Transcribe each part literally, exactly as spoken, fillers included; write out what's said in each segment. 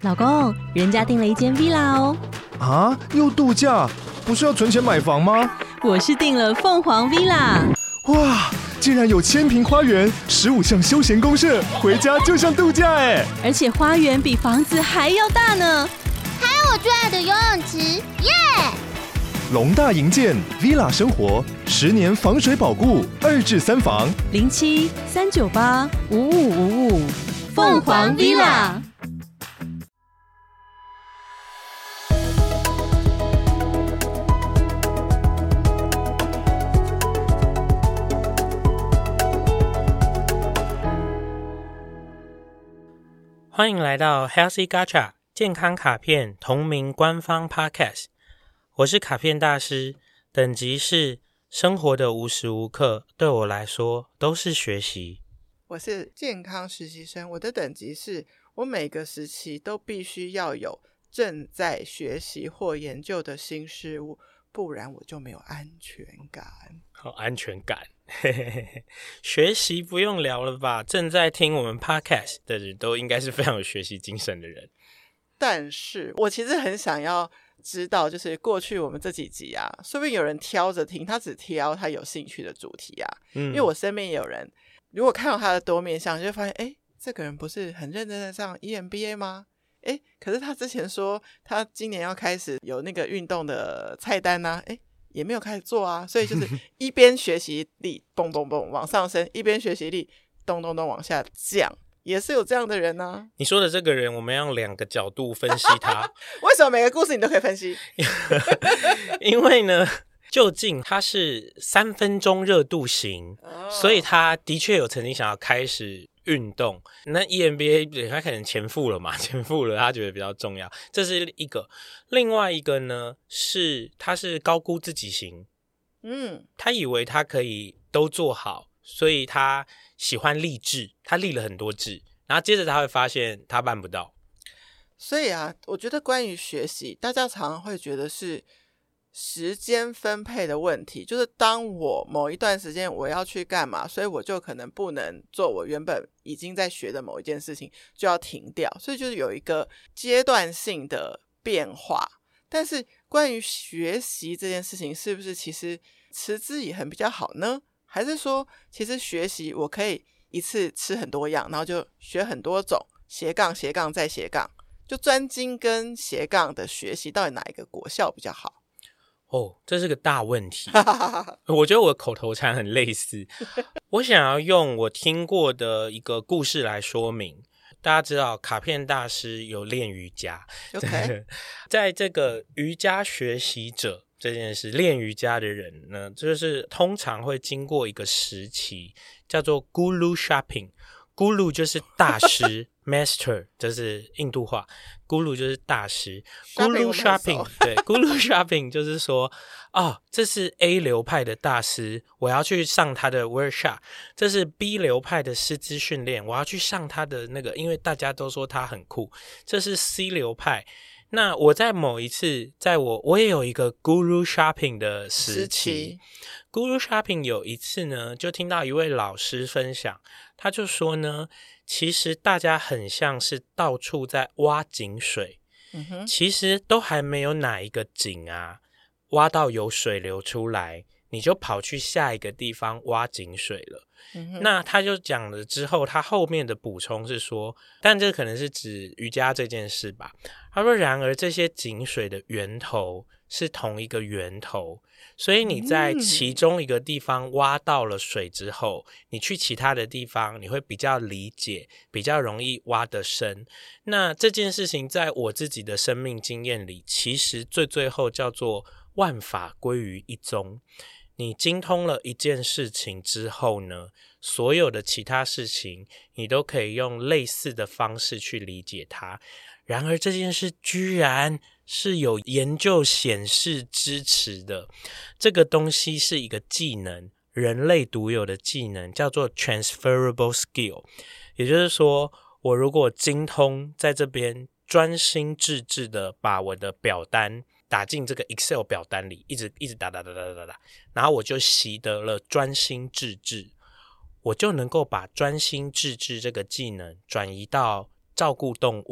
老公，人家订了一间 villa 哦。 啊，又度假？不是要存钱买房吗？ 我是订了凤凰 villa。 哇，竟然有千坪花园，十五项休闲公设，回家就像度假哎！ 而且花园比房子还要大呢。 还有我最爱的游泳池，耶！ 龙大营建 villa 生活，十年防水保固，二至三房， 零七三九八五五五五，凤凰 villa。 欢迎来到 Healthy Gacha 健康卡片同名官方 Podcast， 我是卡片大师，等级是生活的无时无刻对我来说都是学习。 我是健康实习生，我的等级是我每个时期都必须要有正在学习或研究的新事物，不然我就没有安全感。 好，安全感学习不用聊了吧，正在听我们 podcast 的人都应该是非常有学习精神的人。 但是我其实很想要知道，就是过去我们这几集啊，说不定有人挑着听，他只挑他有兴趣的主题啊。嗯，因为我身边也有人，如果看到他的多面向，就会发现诶，这个人不是很认真的上 E M B A 吗？诶，可是他之前说他今年要开始有那个运动的菜单啊，诶也没有开始做啊，所以就是一边学习力蹦蹦蹦往上升，一边学习力咚咚咚往下降，也是有这样的人啊。 你说的这个人，我们要用两个角度分析他。 为什么每个故事你都可以分析？ 因为呢，究竟他是三分钟热度型，哦，所以他的确有曾经想要开始运动。那 E M B A 他可能前付了嘛，前付了他觉得比较重要，这是一个。另外一个呢，是他是高估自己型，嗯，他以为他可以都做好，所以他喜欢立志，他立了很多志，然后接着他会发现他办不到。 所以啊，我觉得关于学习，大家常常会觉得是时间分配的问题，就是当我某一段时间我要去干嘛，所以我就可能不能做我原本已经在学的某一件事情，就要停掉，所以就是有一个阶段性的变化。但是关于学习这件事情，是不是其实持之以恒比较好呢？还是说其实学习我可以一次吃很多样，然后就学很多种，斜杠斜杠再斜杠，就专精跟斜杠的学习到底哪一个果效比较好？ 哦，这是个大问题。我觉得我口头禅很类似。我想要用我听过的一个故事来说明。大家知道卡片大师有练瑜伽， okay. 在这个瑜伽学习者这件事，练瑜伽的人呢，就是通常会经过一个时期叫做 Guru Shopping。Guru 就是大师Master 就是印度话， Guru 就是大师。 Guru Shopping 对 Guru Shopping 就是说哦，这是 A 流派的大师，我要去上他的 workshop。 这是 B 流派的师资训练，我要去上他的那个，因为大家都说他很酷。这是 C 流派。那我在某一次，在我我也有一个 Guru Shopping 的时期。Guru Shopping 有一次呢，就听到一位老师分享，他就说呢，其实大家很像是到处在挖井水，嗯哼，其实都还没有哪一个井啊挖到有水流出来，你就跑去下一个地方挖井水了。嗯、那他就讲了之后，他后面的补充是说，但这可能是指瑜伽这件事吧。他说，然而这些井水的源头是同一个源头，所以你在其中一个地方挖到了水之后，你去其他的地方你会比较理解，比较容易挖得深。那这件事情在我自己的生命经验里，其实最最后叫做万法归于一宗。你精通了一件事情之后呢，所有的其他事情你都可以用类似的方式去理解它。然而这件事居然是有研究显示支持的，这个东西是一个技能，人类独有的技能，叫做 transferable skill。 也就是说，我如果精通在这边专心致志的把我的表单打进这个 Excel 表单里，一直一直打打打打打打，然后我就习得了专心致志，我就能够把专心致志这个技能转移到照顾动物，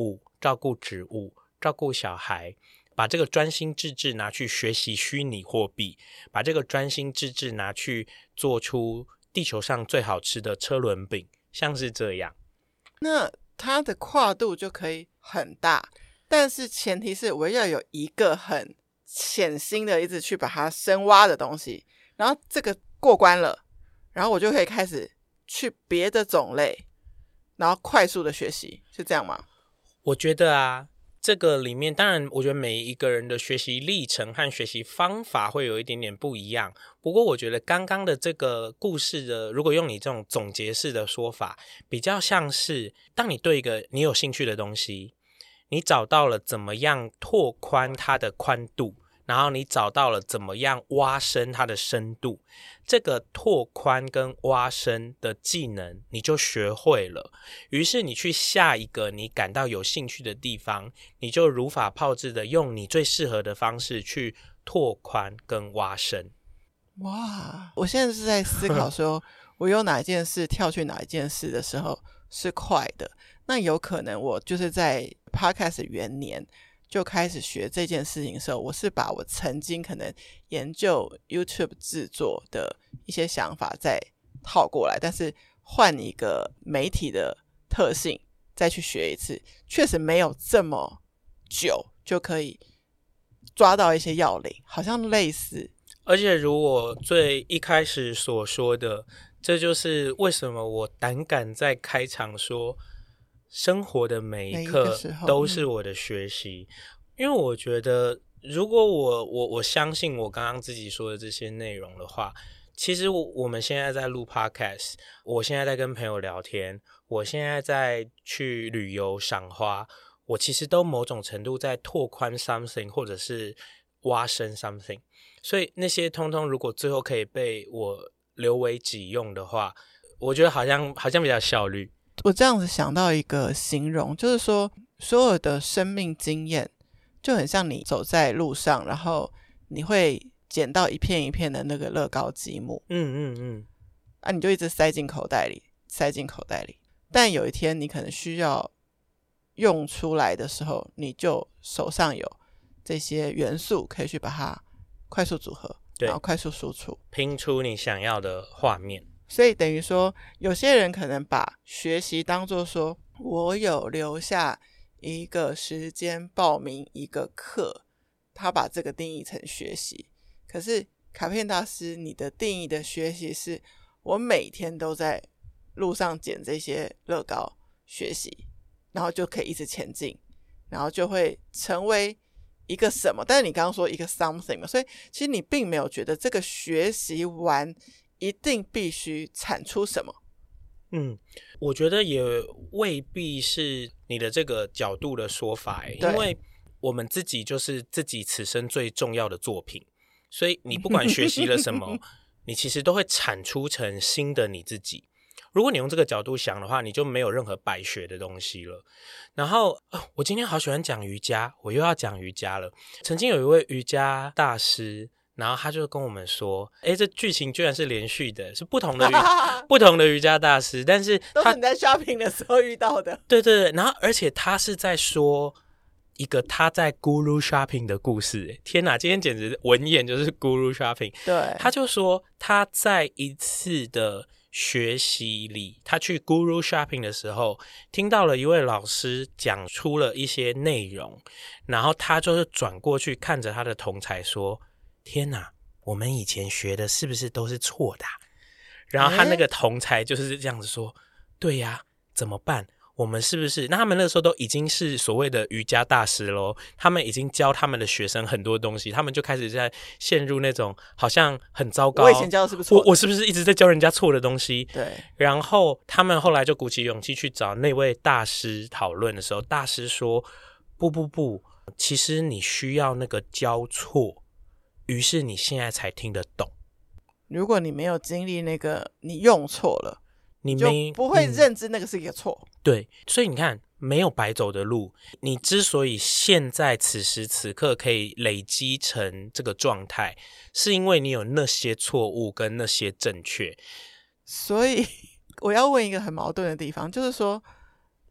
照顾植物，照顾小孩，把这个专心致志拿去学习虚拟货币，把这个专心致志拿去做出地球上最好吃的车轮饼，像是这样。 那它的跨度就可以很大，但是前提是我要有一个很潜心的一直去把它深挖的东西，然后这个过关了，然后我就可以开始去别的种类，然后快速的学习，是这样吗？ 我觉得啊，这个里面当然我觉得每一个人的学习历程和学习方法会有一点点不一样，不过我觉得刚刚的这个故事的，如果用你这种总结式的说法，比较像是当你对一个你有兴趣的东西，你找到了怎么样拓宽它的宽度，然后你找到了怎么样挖深它的深度，这个拓宽跟挖深的技能你就学会了，于是你去下一个你感到有兴趣的地方，你就如法炮制的用你最适合的方式去拓宽跟挖深。 哇，我现在是在思考说我有哪一件事跳去哪一件事的时候是快的，那有可能我就是在 Podcast 元年就开始学这件事情的时候，我是把我曾经可能研究 YouTube 制作的一些想法再套过来，但是换一个媒体的特性再去学一次，确实没有这么久就可以抓到一些要领，好像类似。 而且如我最一开始所说的，这就是为什么我胆敢在开场说生活的每一刻都是我的学习、嗯、因为我觉得如果我我我相信我刚刚自己说的这些内容的话，其实 我, 我们现在在录 podcast， 我现在在跟朋友聊天，我现在在去旅游赏花，我其实都某种程度在拓宽 something 或者是挖深 something， 所以那些通通如果最后可以被我留为己用的话，我觉得好像好像比较效率。 我这样子想到一个形容，就是说所有的生命经验就很像你走在路上，然后你会捡到一片一片的那个乐高积木， 嗯嗯嗯， 啊，你就一直塞进口袋里塞进口袋里，但有一天你可能需要用出来的时候，你就手上有这些元素可以去把它快速组合，然后快速输出， 拼出你想要的画面。 所以等于说有些人可能把学习当作说我有留下一个时间报名一个课，他把这个定义成学习。可是卡片大师你的定义的学习是我每天都在路上捡这些乐高学习，然后就可以一直前进，然后就会成为一个什么，但是你刚刚说一个 something 嘛，所以其实你并没有觉得这个学习完一定必须产出什么。 嗯，我觉得也未必是你的这个角度的说法，因为我们自己就是自己此生最重要的作品，所以你不管学习了什么你其实都会产出成新的你自己。如果你用这个角度想的话，你就没有任何白学的东西了。然后、呃、我今天好喜欢讲瑜伽，我又要讲瑜伽了。曾经有一位瑜伽大师，然后他就跟我们说，诶，这剧情居然是连续的，是不同的瑜不同的瑜伽大师，但是他都是你在 shopping 的时候遇到的。 对对对，然后而且他是在说一个他在 Guru Shopping 的故事。天哪，今天简直文言就是 Guru Shopping。 对， 他就说他在一次的学习里，他去 Guru Shopping 的时候听到了一位老师讲出了一些内容，然后他就是转过去看着他的同侪说，天哪，我们以前学的是不是都是错的、啊、然后他那个同侪就是这样子说，对呀、啊，怎么办？我们是不是？那他们那个时候都已经是所谓的瑜伽大师咯，他们已经教他们的学生很多东西，他们就开始在陷入那种好像很糟糕， 我以前教的是不是错的？ 我我是不是一直在教人家错的东西？ 对。 然后他们后来就鼓起勇气去找那位大师讨论的时候，大师说，不不不，其实你需要那个交错，于是你现在才听得懂。 如果你没有经历那个，你用错了， 你就不会认知那个是一个错、嗯、 对，所以你看没有白走的路，你之所以现在此时此刻可以累积成这个状态，是因为你有那些错误跟那些正确。 所以我要问一个很矛盾的地方，就是说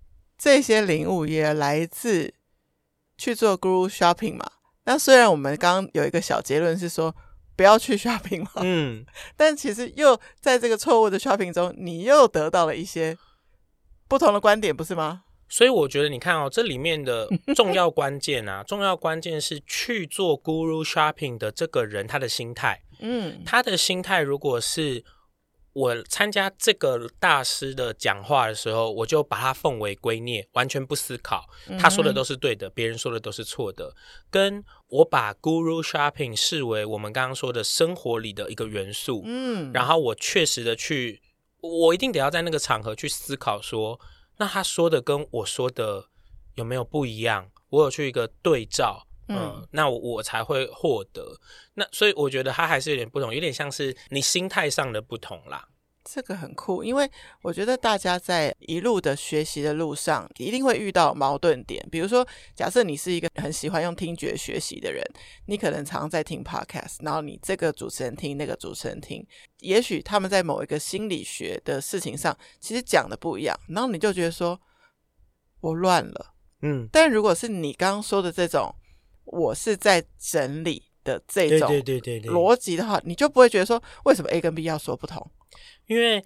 这些领悟也来自去做 Guru Shopping 嘛。那虽然我们刚刚有一个小结论是说不要去 shopping 嘛，嗯，但其实又在这个错误的 shopping 中，你又得到了一些不同的观点，不是吗？ 所以我觉得你看哦，这里面的重要关键啊，重要关键是去做 Guru Shopping 的这个人他的心态，嗯，他的心态如果是我参加这个大师的讲话的时候，我就把他奉为圭臬，完全不思考，他说的都是对的，别人说的都是错的，跟我把 Guru Shopping 视为我们刚刚说的生活里的一个元素，嗯，然后我确实的去，我一定得要在那个场合去思考说，那他说的跟我说的有没有不一样，我有去一个对照，嗯，嗯那 我, 我才会获得。那所以我觉得它还是有点不同，有点像是你心态上的不同啦。 这个很酷，因为我觉得大家在一路的学习的路上一定会遇到矛盾点。比如说假设你是一个很喜欢用听觉学习的人，你可能常常在听 podcast， 然后你这个主持人听那个主持人听，也许他们在某一个心理学的事情上其实讲的不一样，然后你就觉得说我乱了，嗯，但如果是你刚刚说的这种我是在整理的这种逻辑的话，你就不会觉得说为什么 A 跟 B 要说不同。 因为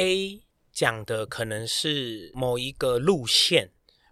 A 讲的可能是某一个路线，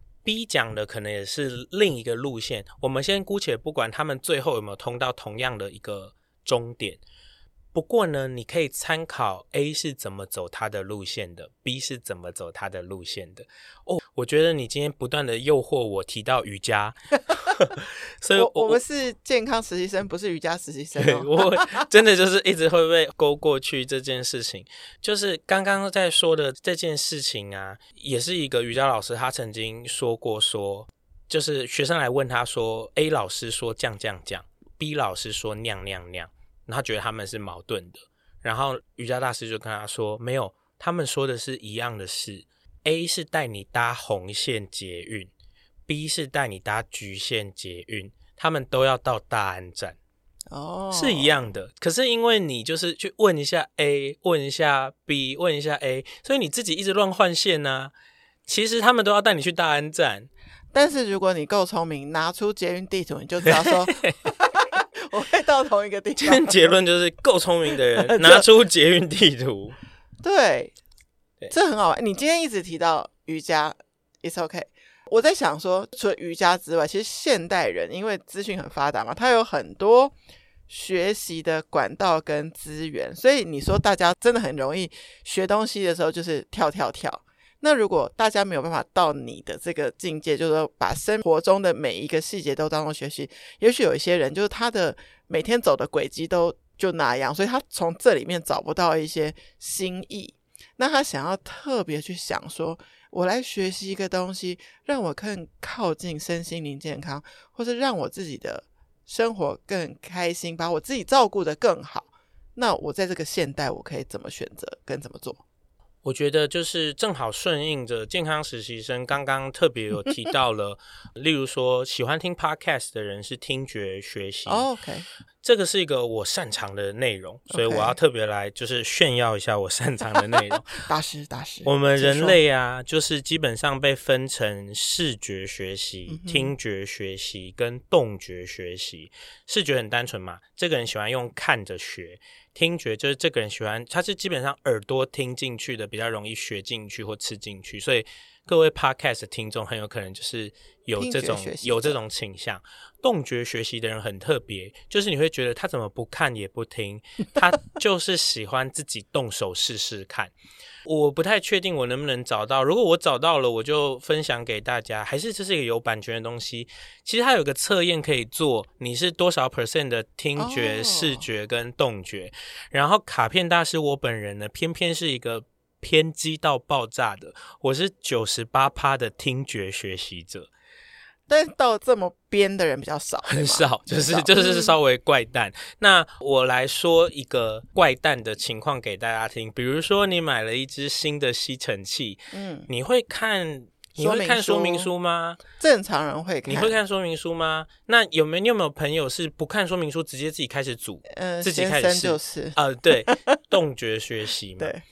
B 讲的可能也是另一个路线，我们先姑且不管他们最后有没有通到同样的一个终点，不过呢你可以参考 A 是怎么走他的路线的， B 是怎么走他的路线的。哦，我觉得你今天不断的诱惑我提到瑜伽所以 我, 我, 我们是健康实习生，不是瑜伽实习生哦。 我真的就是一直会被勾过去这件事情，就是刚刚在说的这件事情啊，也是一个瑜伽老师他曾经说过，说就是学生来问他说 A 老师说这样这样这样， B 老师说那样那样那样，他觉得他们是矛盾的，然后瑜伽大师就跟他说没有，他们说的是一样的事， A 是带你搭红线捷运， B 是带你搭橘线捷运，他们都要到大安站，哦，是一样的。可是因为你就是去问一下 A， 问一下 B， 问一下 A， 所以你自己一直乱换线啊，其实他们都要带你去大安站。 但是如果你够聪明，拿出捷运地图，你就知道说我会到同一个地方。 今天结论就是够聪明的人拿出捷运地图。 对，这很好玩。你今天一直提到瑜伽 It's okay， 我在想说除了瑜伽之外，其实现代人因为资讯很发达嘛，他有很多学习的管道跟资源，所以你说大家真的很容易学东西的时候就是跳跳跳。那如果大家没有办法到你的这个境界，就是说把生活中的每一个细节都当作学习，也许有一些人就是他的每天走的轨迹都就那样，所以他从这里面找不到一些新意。那他想要特别去想说，我来学习一个东西，让我更靠近身心灵健康，或是让我自己的生活更开心，把我自己照顾得更好。那我在这个现代我可以怎么选择跟怎么做？ 我觉得就是正好顺应着健康实习生刚刚特别有提到了例如说喜欢听 podcast 的人是听觉学习、 oh, OK， 这个是一个我擅长的内容，所以我要特别来就是炫耀一下我擅长的内容大师大师， 我们人类啊就是基本上被分成视觉学习、嗯、听觉学习跟动觉学习。视觉很单纯嘛，这个人喜欢用看着学，听觉就是这个人喜欢，他是基本上耳朵听进去的比较容易学进去或吃进去，所以各位 podcast 的听众很有可能就是有这种有这种倾向。动觉学习的人很特别，就是你会觉得他怎么不看也不听，他就是喜欢自己动手试试看。我不太确定我能不能找到，如果我找到了我就分享给大家，还是这是一个有版权的东西。其实它有个测验可以做，你是多少 percent 的听觉、oh. 视觉跟动觉，然后卡片大师我本人呢偏偏是一个偏激到爆炸的，我是 百分之九十八 的听觉学习者， 但是到这么编的人比较少， 很少，就是就是稍微怪诞、嗯、那我来说一个怪诞的情况给大家听，比如说你买了一支新的吸尘器，嗯，你会看你会看说明书吗？ 正常人会看。 你会看说明书吗？那有没有你有没有朋友是不看说明书直接自己开始煮？ 呃， 自己开始试就是呃，对，动觉学习嘛。 对，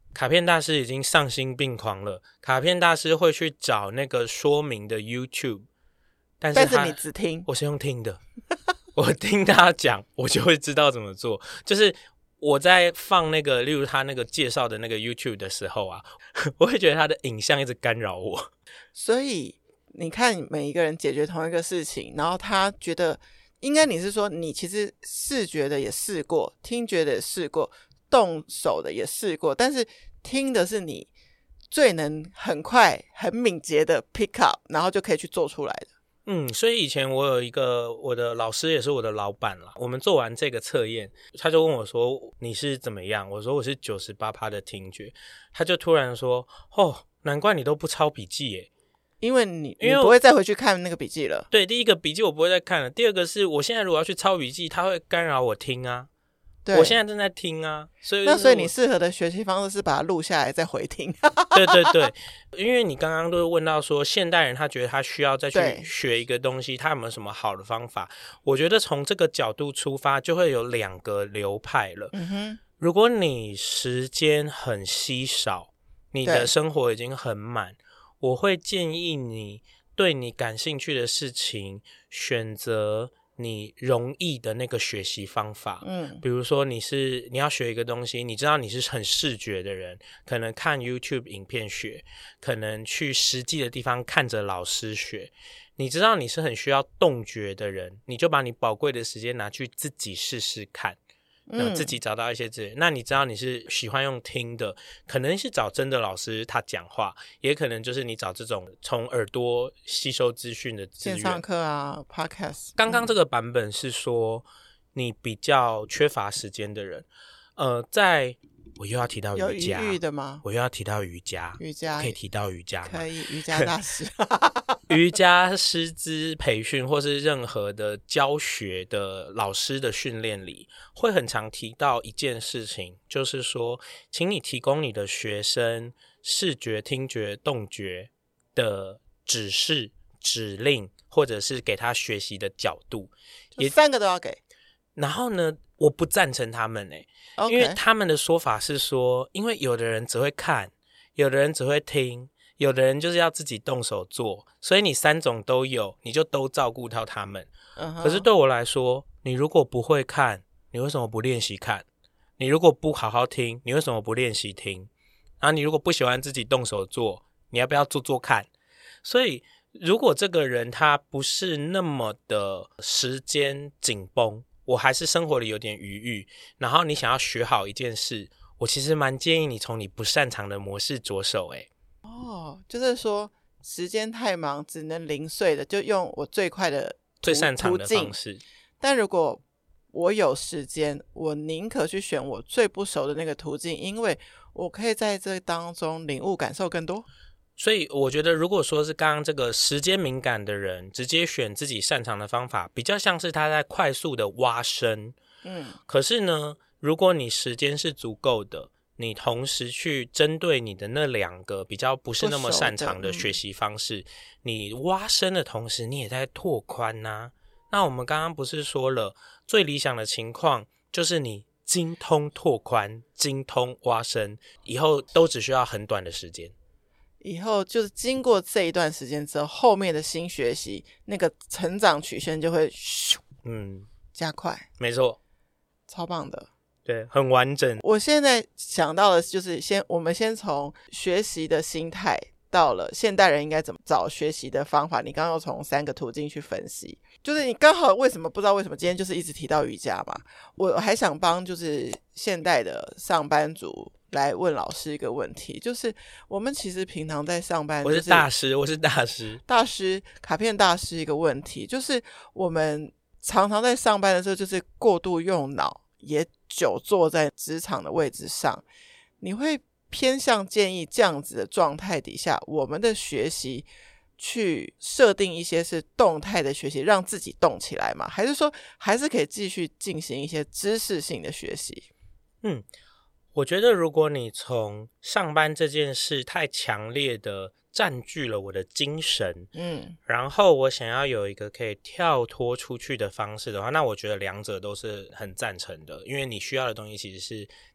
卡片大师已经丧心病狂了，卡片大师会去找那个说明的 YouTube， 但是但是你只听， 我是用听的我听他讲我就会知道怎么做，就是我在放那个例如他那个介绍的那个 YouTube 的时候啊，我会觉得他的影像一直干扰我。 所以你看每一个人解决同一个事情，然后他觉得应该你是说你其实视觉的也试过，听觉的也试过，动手的也试过，但是听的是你最能很快很敏捷的 pick up， 然后就可以去做出来的。 嗯，所以以前我有一个我的老师也是我的老板啦，我们做完这个测验，他就问我说你是怎么样，我说我是 百分之九十八 的听觉，他就突然说哦，难怪你都不抄笔记耶， 因为你你不会再回去看那个笔记了。 对，第一个笔记我不会再看了，第二个是我现在如果要去抄笔记，它会干扰我听啊，对，我现在正在听啊，所以那所以你适合的学习方式是把它录下来再回听。 对对对，因为你刚刚都问到说现代人他觉得他需要再去学一个东西，他有没有什么好的方法，我觉得从这个角度出发就会有两个流派了。嗯哼，如果你时间很稀少，你的生活已经很满，我会建议你对你感兴趣的事情选择你容易的那个学习方法。嗯，比如说你是你要学一个东西，你知道你是很视觉的人，可能看 YouTube 影片学，可能去实际的地方看着老师学，你知道你是很需要动觉的人，你就把你宝贵的时间拿去自己试试看，嗯，自己找到一些资源。那你知道你是喜欢用听的，可能是找真的老师他讲话，也可能就是你找这种从耳朵吸收资讯的资源， 线上课啊 podcast。 刚刚这个版本是说你比较缺乏时间的人，呃，在我又要提到瑜伽， 有余裕的吗？ 我又要提到瑜伽， 瑜伽可以提到瑜伽吗？ 可以，瑜伽大师瑜伽师资培训或是任何的教学的老师的训练里，会很常提到一件事情，就是说请你提供你的学生视觉、听觉、动觉的指示、指令，或者是给他学习的角度， 也三个都要给。 然后呢，我不赞成他们、欸 okay. 因为他们的说法是说，因为有的人只会看，有的人只会听，有的人就是要自己动手做，所以你三种都有，你就都照顾到他们。Uh-huh. 可是对我来说，你如果不会看，你为什么不练习看？你如果不好好听，你为什么不练习听？然后你如果不喜欢自己动手做，你要不要做做看？所以如果这个人他不是那么的时间紧绷，我还是生活里有点余裕，然后你想要学好一件事，我其实蛮建议你从你不擅长的模式着手。欸哦，就是说时间太忙只能零碎的就用我最快的最擅长的方式， 但如果我有时间，我宁可去选我最不熟的那个途径，因为我可以在这当中领悟感受更多。 所以我觉得如果说是刚刚这个时间敏感的人直接选自己擅长的方法，比较像是他在快速的挖深。嗯，可是呢，如果你时间是足够的，你同时去针对你的那两个比较不是那么擅长的学习方式，嗯，你挖深的同时你也在拓宽啊。那我们刚刚不是说了，最理想的情况就是你精通拓宽，精通挖深，以后都只需要很短的时间。 以后就是经过这一段时间之后，后面的新学习那个成长曲线就会咻，嗯，加快。 没错， 超棒的， 对，很完整。 我现在想到的就是先我们先从学习的心态到了现代人应该怎么找学习的方法，你刚刚又从三个途径去分析，就是你刚好为什么不知道为什么今天就是一直提到瑜伽嘛，我还想帮就是现代的上班族来问老师一个问题，就是我们其实平常在上班， 我是大师，我是大师， 大师卡片大师一个问题，就是我们常常在上班的时候就是过度用脑，也久坐在职场的位置上，你会偏向建议这样子的状态底下，我们的学习去设定一些是动态的学习，让自己动起来吗？还是说还是可以继续进行一些知识性的学习？ 嗯，我觉得如果你从上班这件事太强烈的占据了我的精神，嗯，然后我想要有一个可以跳脱出去的方式的话，那我觉得两者都是很赞成的，因为你需要的东西其实是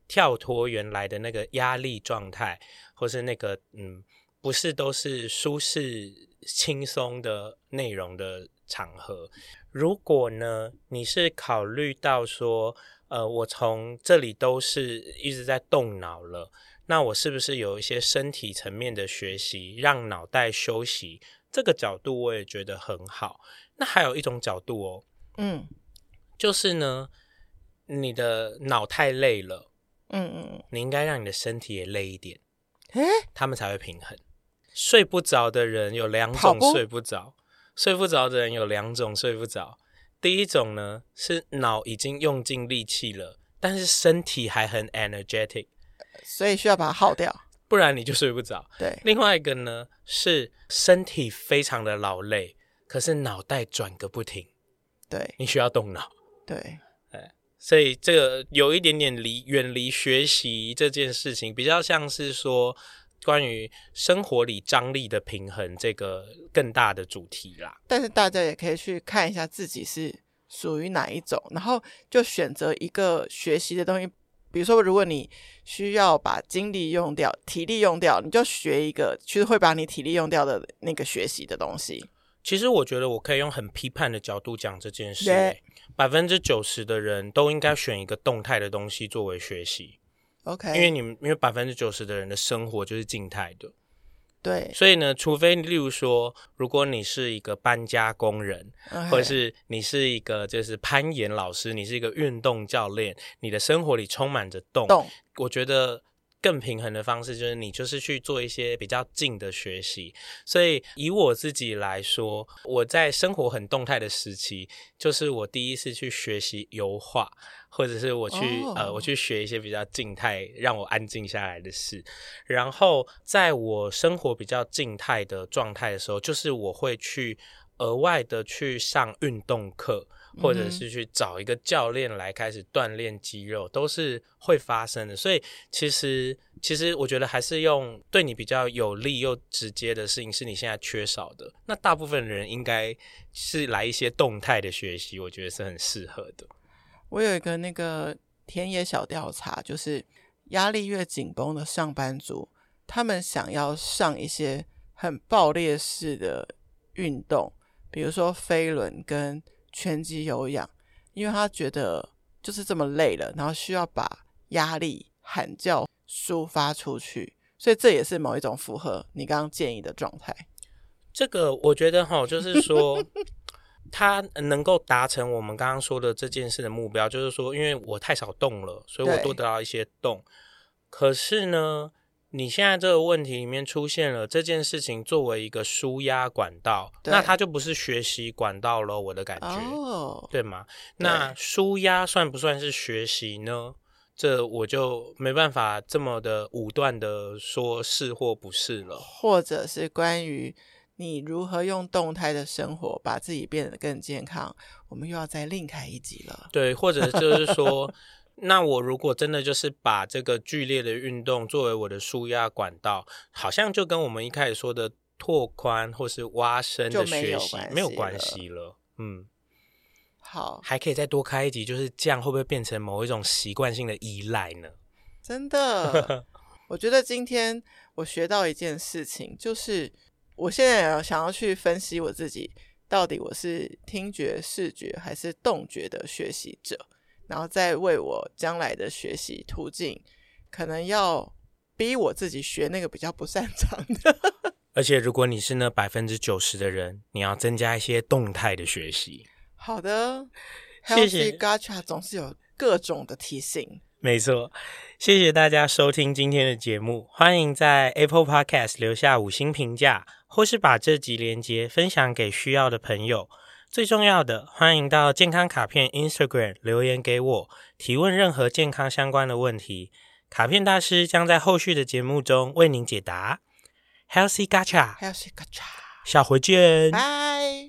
跳脱原来的那个压力状态，或是那个嗯，不是都是舒适轻松的内容的场合。如果呢，你是考虑到说，呃，我从这里都是一直在动脑了，那我是不是有一些身体层面的学习，让脑袋休息？这个角度我也觉得很好。那还有一种角度哦， 嗯， 就是呢，你的脑太累了， 嗯嗯， 你应该让你的身体也累一点， 诶， 他们才会平衡。睡不着的人有两种睡不着，睡不着的人有两种睡不着。第一种呢，是脑已经用尽力气了，但是身体还很 energetic， 所以需要把它耗掉， 不然你就睡不着。 对， 另外一个呢，是身体非常的劳累，可是脑袋转个不停， 对， 你需要动脑。 对， 所以这个有一点点离远离学习这件事情，比较像是说关于生活里张力的平衡这个更大的主题啦。 但是大家也可以去看一下自己是属于哪一种，然后就选择一个学习的东西。比如说如果你需要把精力用掉，体力用掉，你就学一个其实会把你体力用掉的那个学习的东西。 其实我觉得我可以用很批判的角度讲这件事、 yeah. 百分之九十的人都应该选一个动态的东西作为学习。 OK， 因为你们因为百分之九十的人的生活就是静态的， 对， 所以呢，除非例如说，如果你是一个搬家工人， okay. 或者是你是一个就是攀岩老师，你是一个运动教练，你的生活里充满着动， 动我觉得更平衡的方式就是你就是去做一些比较静的学习。所以以我自己来说，我在生活很动态的时期，就是我第一次去学习油画，或者是我去、oh. 呃我去学一些比较静态让我安静下来的事。然后在我生活比较静态的状态的时候，就是我会去额外的去上运动课，或者是去找一个教练来开始锻炼肌肉，都是会发生的。所以其实其实我觉得还是用对你比较有利又直接的事情是你现在缺少的，那大部分人应该是来一些动态的学习，我觉得是很适合的。 我有一个那个田野小调查，就是压力越紧绷的上班族，他们想要上一些很爆裂式的运动，比如说飞轮跟拳击有氧，因为他觉得就是这么累了，然后需要把压力喊叫抒发出去，所以这也是某一种符合你刚刚建议的状态。 这个我觉得齁，就是说他能够达成我们刚刚说的这件事的目标，就是说因为我太少动了，所以我多得到一些动。可是呢，你现在这个问题里面出现了这件事情作为一个抒压管道，那它就不是学习管道咯，我的感觉、oh. 对吗？那抒压算不算是学习呢？这我就没办法这么的武断的说是或不是了。 或者是关于你如何用动态的生活把自己变得更健康，我们又要再另开一集了。 对，或者就是说那我如果真的就是把这个剧烈的运动作为我的抒压管道，好像就跟我们一开始说的拓宽或是挖深的学习没有关系了。嗯， 好， 还可以再多开一集，就是这样会不会变成某一种习惯性的依赖呢？ 真的我觉得今天我学到一件事情，就是我现在想要去分析我自己，到底我是听觉、视觉还是动觉的学习者，然后再为我将来的学习途径可能要逼我自己学那个比较不擅长的而且如果你是那 百分之九十 的人，你要增加一些动态的学习。 好的， 谢谢 Healthy Gacha 总是有各种的提醒。 没错，谢谢大家收听今天的节目，欢迎在 Apple Podcast 留下五星评价，或是把这集连结分享给需要的朋友。最重要的，欢迎到健康卡片 Instagram 留言给我，提问任何健康相关的问题，卡片大师将在后续的节目中为您解答。Healthy Gacha， Healthy Gacha， 下回见， 拜。